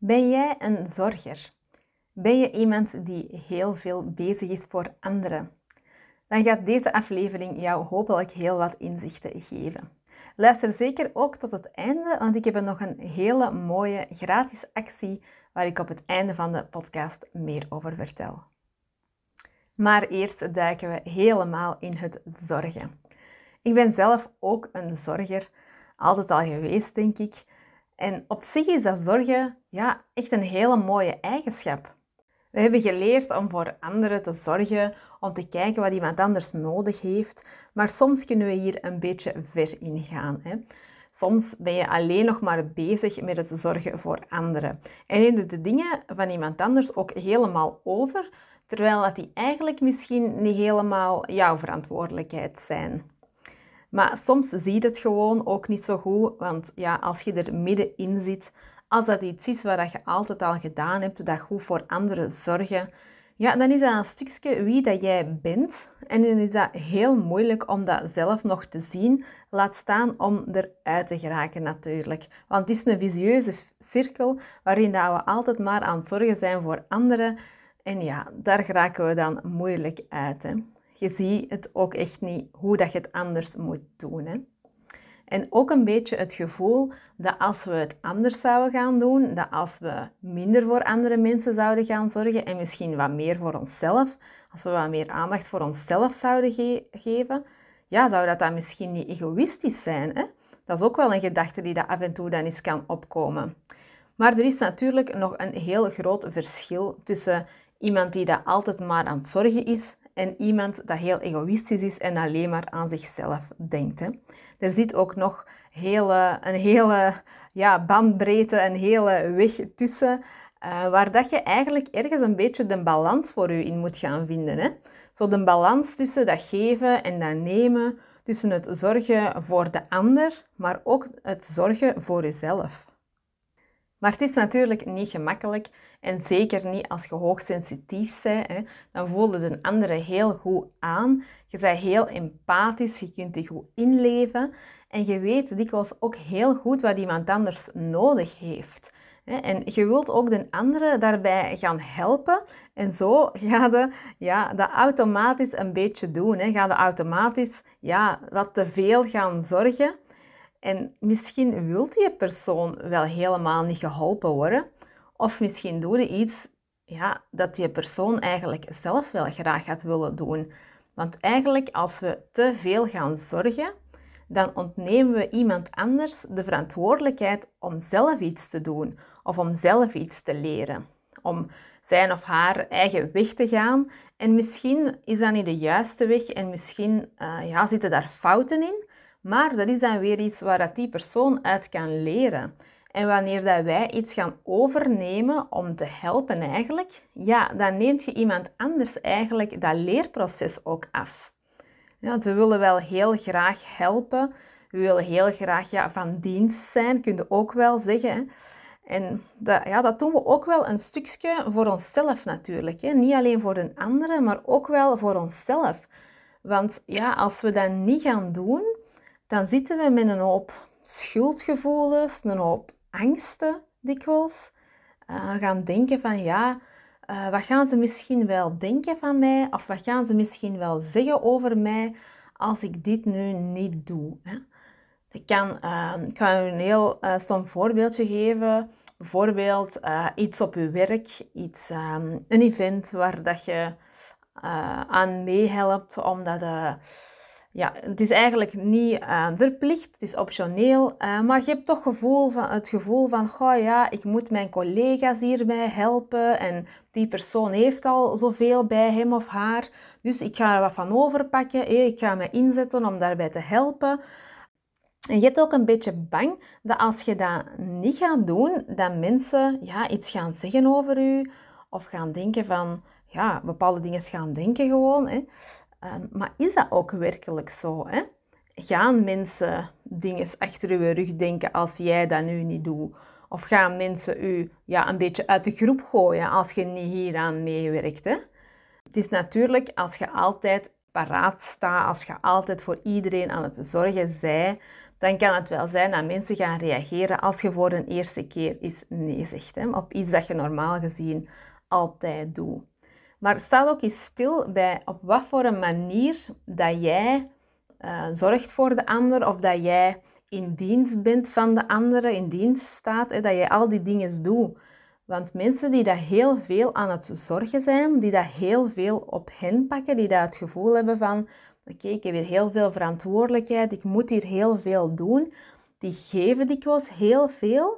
Ben jij een zorger? Ben je iemand die heel veel bezig is voor anderen? Dan gaat deze aflevering jou hopelijk heel wat inzichten geven. Luister zeker ook tot het einde, want ik heb nog een hele mooie gratis actie waar ik op het einde van de podcast meer over vertel. Maar eerst duiken we helemaal in het zorgen. Ik ben zelf ook een zorger, altijd al geweest, denk ik. En op zich is dat zorgen echt een hele mooie eigenschap. We hebben geleerd om voor anderen te zorgen, om te kijken wat iemand anders nodig heeft, maar soms kunnen we hier een beetje ver in gaan. Soms ben je alleen nog maar bezig met het zorgen voor anderen en neem je de dingen van iemand anders ook helemaal over, terwijl dat die eigenlijk misschien niet helemaal jouw verantwoordelijkheid zijn. Maar soms zie je het gewoon ook niet zo goed, want als je er middenin zit, als dat iets is wat je altijd al gedaan hebt, dat goed voor anderen zorgen, dan is dat een stukje wie dat jij bent. En dan is dat heel moeilijk om dat zelf nog te zien, laat staan om eruit te geraken natuurlijk. Want het is een vicieuze cirkel waarin dat we altijd maar aan het zorgen zijn voor anderen. En daar geraken we dan moeilijk uit. Je ziet het ook echt niet hoe dat je het anders moet doen. En ook een beetje het gevoel dat als we het anders zouden gaan doen, dat als we minder voor andere mensen zouden gaan zorgen en misschien wat meer voor onszelf, als we wat meer aandacht voor onszelf zouden geven, zou dat dan misschien niet egoïstisch zijn. Dat is ook wel een gedachte die dat af en toe dan eens kan opkomen. Maar er is natuurlijk nog een heel groot verschil tussen iemand die dat altijd maar aan het zorgen is en iemand dat heel egoïstisch is en alleen maar aan zichzelf denkt. Er zit ook nog een hele bandbreedte, een hele weg tussen, waar dat je eigenlijk ergens een beetje de balans voor je in moet gaan vinden. Zo de balans tussen dat geven en dat nemen, tussen het zorgen voor de ander, maar ook het zorgen voor jezelf. Maar het is natuurlijk niet gemakkelijk en zeker niet als je hoogsensitief bent. Dan voel je de andere heel goed aan. Je bent heel empathisch, je kunt je goed inleven en je weet dikwijls ook heel goed wat iemand anders nodig heeft. En je wilt ook de andere daarbij gaan helpen en zo ga je dat automatisch een beetje doen. Ga je automatisch wat te veel gaan zorgen. En misschien wil die persoon wel helemaal niet geholpen worden. Of misschien doe je iets dat die persoon eigenlijk zelf wel graag had willen doen. Want eigenlijk als we te veel gaan zorgen, dan ontnemen we iemand anders de verantwoordelijkheid om zelf iets te doen. Of om zelf iets te leren. Om zijn of haar eigen weg te gaan. En misschien is dat niet de juiste weg en misschien zitten daar fouten in. Maar dat is dan weer iets waar die persoon uit kan leren. En wanneer dat wij iets gaan overnemen om te helpen eigenlijk, dan neemt je iemand anders eigenlijk dat leerproces ook af. Ze willen wel heel graag helpen. We willen heel graag van dienst zijn, kun je ook wel zeggen. En dat doen we ook wel een stukje voor onszelf natuurlijk. Niet alleen voor de anderen, maar ook wel voor onszelf. Want als we dat niet gaan doen, dan zitten we met een hoop schuldgevoelens, een hoop angsten dikwijls. Gaan denken van wat gaan ze misschien wel denken van mij? Of wat gaan ze misschien wel zeggen over mij als ik dit nu niet doe? Ik kan u een heel stom voorbeeldje geven. Bijvoorbeeld iets op je werk, een event waar dat je aan meehelpt omdat het is eigenlijk niet verplicht, het is optioneel, maar je hebt toch het gevoel van, ik moet mijn collega's hierbij helpen en die persoon heeft al zoveel bij hem of haar, dus ik ga er wat van overpakken, ik ga me inzetten om daarbij te helpen. En je hebt ook een beetje bang dat als je dat niet gaat doen, dat mensen iets gaan zeggen over je of gaan denken van, bepaalde dingen gaan denken gewoon. Maar is dat ook werkelijk zo? Gaan mensen dingen achter je rug denken als jij dat nu niet doet? Of gaan mensen u een beetje uit de groep gooien als je niet hieraan meewerkt? Het is natuurlijk als je altijd paraat staat, als je altijd voor iedereen aan het zorgen bent, dan kan het wel zijn dat mensen gaan reageren als je voor een eerste keer eens nee zegt, hè, op iets dat je normaal gezien altijd doet. Maar sta ook eens stil bij op wat voor een manier dat jij zorgt voor de ander of dat jij in dienst bent van de anderen, in dienst staat, hè, dat je al die dingen doet. Want mensen die dat heel veel aan het zorgen zijn, die dat heel veel op hen pakken, die dat het gevoel hebben van oké, ik heb hier heel veel verantwoordelijkheid, ik moet hier heel veel doen, die geven dikwijls heel veel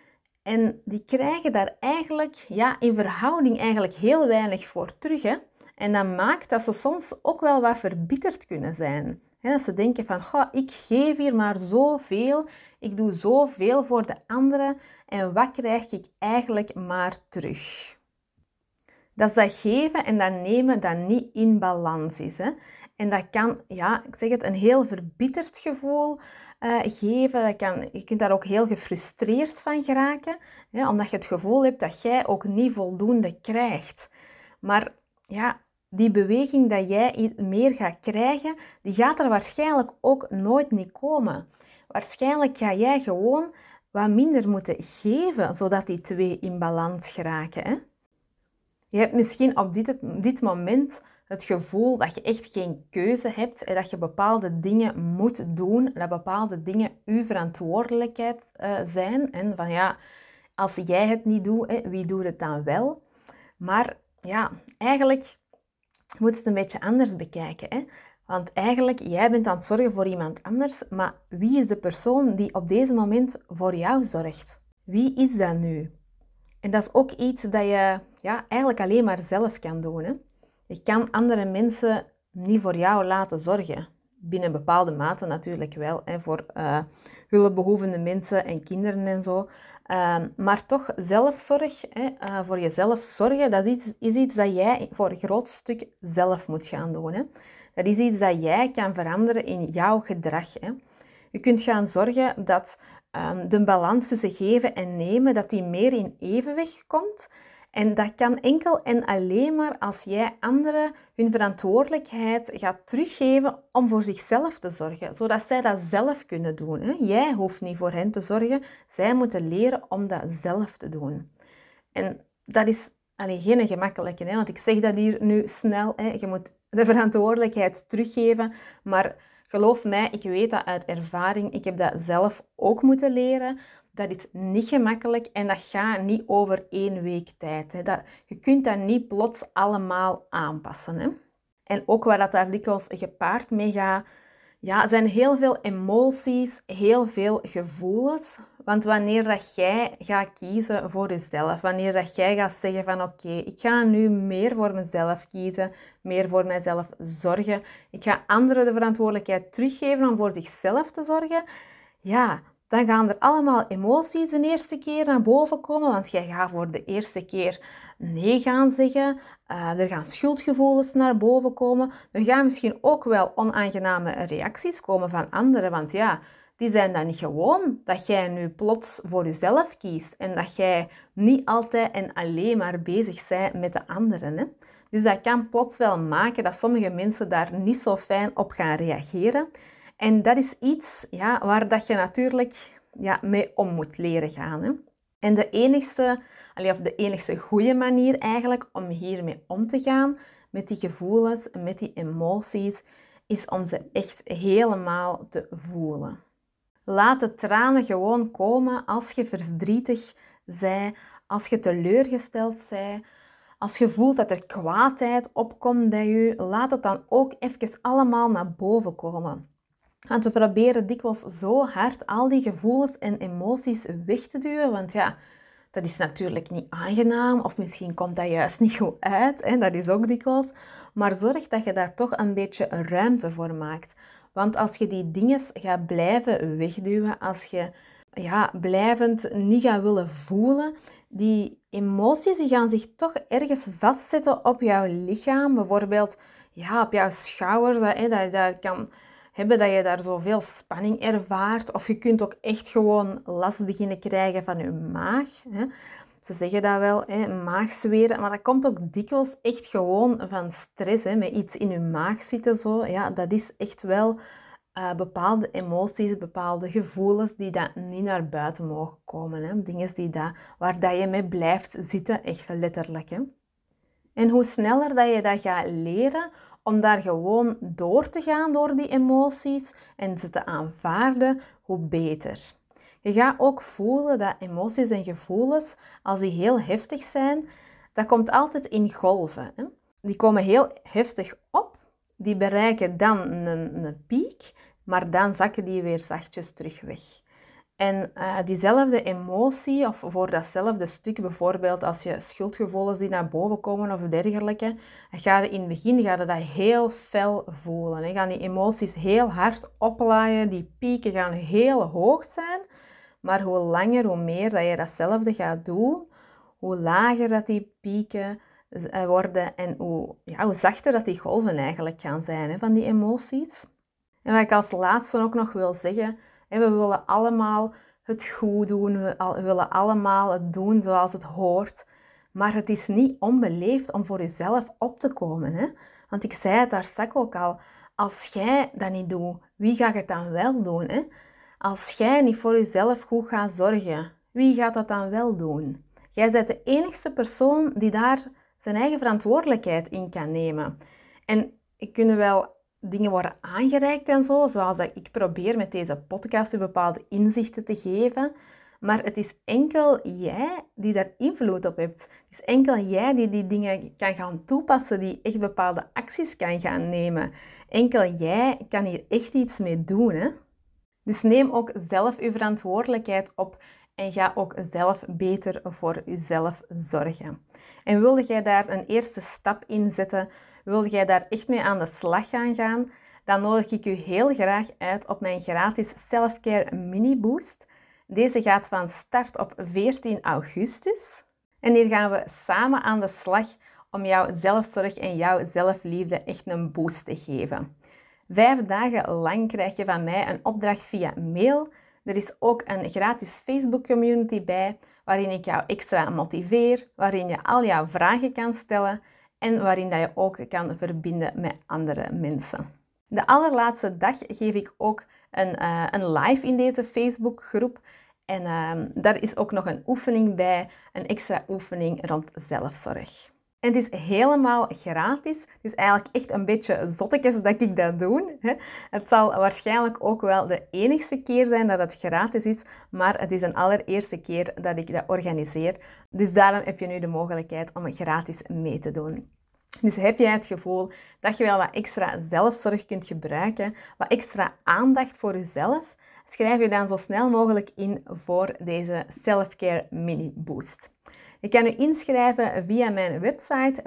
en die krijgen daar eigenlijk in verhouding eigenlijk heel weinig voor terug. Hè? En dat maakt dat ze soms ook wel wat verbitterd kunnen zijn. Dat ze denken van, goh, ik geef hier maar zoveel, ik doe zoveel voor de anderen en wat krijg ik eigenlijk maar terug? Dat is dat geven en dat nemen dat niet in balans is. Hè? En dat kan, ik zeg het, een heel verbitterd gevoel geven. Je kunt daar ook heel gefrustreerd van geraken, omdat je het gevoel hebt dat jij ook niet voldoende krijgt. Maar die beweging dat jij meer gaat krijgen, die gaat er waarschijnlijk ook nooit niet komen. Waarschijnlijk ga jij gewoon wat minder moeten geven, zodat die twee in balans geraken. Hè? Je hebt misschien op dit moment het gevoel dat je echt geen keuze hebt en dat je bepaalde dingen moet doen, dat bepaalde dingen uw verantwoordelijkheid zijn. En van als jij het niet doet, wie doet het dan wel? Maar eigenlijk moet je het een beetje anders bekijken. Hè? Want eigenlijk, jij bent aan het zorgen voor iemand anders, maar wie is de persoon die op deze moment voor jou zorgt? Wie is dat nu? En dat is ook iets dat je eigenlijk alleen maar zelf kan doen. Hè? Je kan andere mensen niet voor jou laten zorgen. Binnen bepaalde mate natuurlijk wel, hè, voor hulpbehoevende mensen en kinderen en zo. Maar toch zelfzorg, voor jezelf zorgen, dat is iets dat jij voor een groot stuk zelf moet gaan doen. Hè? Dat is iets dat jij kan veranderen in jouw gedrag. Hè? Je kunt gaan zorgen dat de balans tussen geven en nemen, dat die meer in evenwicht komt. En dat kan enkel en alleen maar als jij anderen hun verantwoordelijkheid gaat teruggeven om voor zichzelf te zorgen, zodat zij dat zelf kunnen doen. Hè? Jij hoeft niet voor hen te zorgen, zij moeten leren om dat zelf te doen. En dat is geen gemakkelijke, hè? Want ik zeg dat hier nu snel, hè? Je moet de verantwoordelijkheid teruggeven, maar geloof mij, ik weet dat uit ervaring, ik heb dat zelf ook moeten leren. Dat is niet gemakkelijk en dat gaat niet over 1 week tijd. Hè. Je kunt dat niet plots allemaal aanpassen. Hè. En ook wat dat daar dikwijls gepaard mee gaat, zijn heel veel emoties, heel veel gevoelens. Want wanneer dat jij gaat kiezen voor jezelf, wanneer dat jij gaat zeggen van oké, ik ga nu meer voor mezelf kiezen, meer voor mezelf zorgen, ik ga anderen de verantwoordelijkheid teruggeven om voor zichzelf te zorgen, dan gaan er allemaal emoties de eerste keer naar boven komen, want jij gaat voor de eerste keer nee gaan zeggen. Er gaan schuldgevoelens naar boven komen. Er gaan misschien ook wel onaangename reacties komen van anderen, want die zijn dan niet gewoon dat jij nu plots voor jezelf kiest en dat jij niet altijd en alleen maar bezig bent met de anderen. Hè? Dus dat kan plots wel maken dat sommige mensen daar niet zo fijn op gaan reageren. En dat is iets waar dat je natuurlijk mee om moet leren gaan. Hè? En de enigste goede manier eigenlijk om hiermee om te gaan, met die gevoelens, met die emoties, is om ze echt helemaal te voelen. Laat de tranen gewoon komen als je verdrietig bent, als je teleurgesteld bent, als je voelt dat er kwaadheid opkomt bij je. Laat het dan ook even allemaal naar boven komen. Want we proberen dikwijls zo hard al die gevoelens en emoties weg te duwen, want dat is natuurlijk niet aangenaam of misschien komt dat juist niet goed uit, hè? Dat is ook dikwijls. Maar zorg dat je daar toch een beetje ruimte voor maakt. Want als je die dingen gaat blijven wegduwen, als je blijvend niet gaat willen voelen, die emoties die gaan zich toch ergens vastzetten op jouw lichaam. Bijvoorbeeld op jouw schouders, dat kan hebben dat je daar zoveel spanning ervaart. Of je kunt ook echt gewoon last beginnen krijgen van je maag. Hè. Ze zeggen dat wel, maagzweren. Maar dat komt ook dikwijls echt gewoon van stress. Hè, met iets in je maag zitten. Zo. Ja, dat is echt wel bepaalde emoties, bepaalde gevoelens die dat niet naar buiten mogen komen. Hè? Dingen waar dat je mee blijft zitten, echt letterlijk. Hè? En hoe sneller dat je dat gaat leren om daar gewoon door te gaan door die emoties en ze te aanvaarden, hoe beter. Je gaat ook voelen dat emoties en gevoelens, als die heel heftig zijn, dat komt altijd in golven. Hè? Die komen heel heftig op, die bereiken dan een piek, maar dan zakken die weer zachtjes terug weg. En diezelfde emotie, of voor datzelfde stuk, bijvoorbeeld als je schuldgevoelens die naar boven komen of dergelijke, dan ga je in het begin dat heel fel voelen. Dan gaan die emoties heel hard oplaaien, die pieken gaan heel hoog zijn, maar hoe langer, hoe meer dat je datzelfde gaat doen, hoe lager dat die pieken worden en hoe zachter dat die golven eigenlijk gaan zijn, hè, van die emoties. En wat ik als laatste ook nog wil zeggen, we willen allemaal het goed doen, we willen allemaal het doen zoals het hoort, maar het is niet onbeleefd om voor jezelf op te komen. Hè? Want ik zei het daar straks ook al, als jij dat niet doet, wie gaat het dan wel doen? Hè? Als jij niet voor jezelf goed gaat zorgen, wie gaat dat dan wel doen? Jij bent de enigste persoon die daar zijn eigen verantwoordelijkheid in kan nemen. En ik kunnen wel dingen worden aangereikt en zo, zoals dat ik probeer met deze podcast bepaalde inzichten te geven. Maar het is enkel jij die daar invloed op hebt. Het is enkel jij die die dingen kan gaan toepassen, die echt bepaalde acties kan gaan nemen. Enkel jij kan hier echt iets mee doen. Hè? Dus neem ook zelf je verantwoordelijkheid op en ga ook zelf beter voor jezelf zorgen. En wilde jij daar een eerste stap in zetten, wilde jij daar echt mee aan de slag gaan, dan nodig ik u heel graag uit op mijn gratis Selfcare Mini Boost. Deze gaat van start op 14 augustus. En hier gaan we samen aan de slag om jouw zelfzorg en jouw zelfliefde echt een boost te geven. 5 dagen lang krijg je van mij een opdracht via mail. Er is ook een gratis Facebook community bij, waarin ik jou extra motiveer, waarin je al jouw vragen kan stellen en waarin dat je ook kan verbinden met andere mensen. De allerlaatste dag geef ik ook een live in deze Facebookgroep. En daar is ook nog een oefening bij, een extra oefening rond zelfzorg. En het is helemaal gratis. Het is eigenlijk echt een beetje zottekes dat ik dat doe. Het zal waarschijnlijk ook wel de enigste keer zijn dat het gratis is, maar het is een allereerste keer dat ik dat organiseer. Dus daarom heb je nu de mogelijkheid om gratis mee te doen. Dus heb jij het gevoel dat je wel wat extra zelfzorg kunt gebruiken, wat extra aandacht voor jezelf, schrijf je dan zo snel mogelijk in voor deze Selfcare Mini Boost. Je kan je inschrijven via mijn website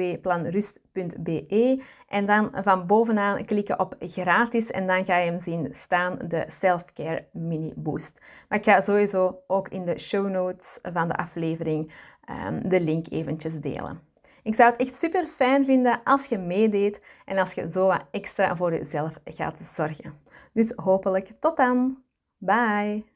www.planrust.be en dan van bovenaan klikken op gratis en dan ga je hem zien staan, de Selfcare Mini Boost. Maar ik ga sowieso ook in de show notes van de aflevering de link eventjes delen. Ik zou het echt super fijn vinden als je meedeed en als je zo wat extra voor jezelf gaat zorgen. Dus hopelijk tot dan. Bye!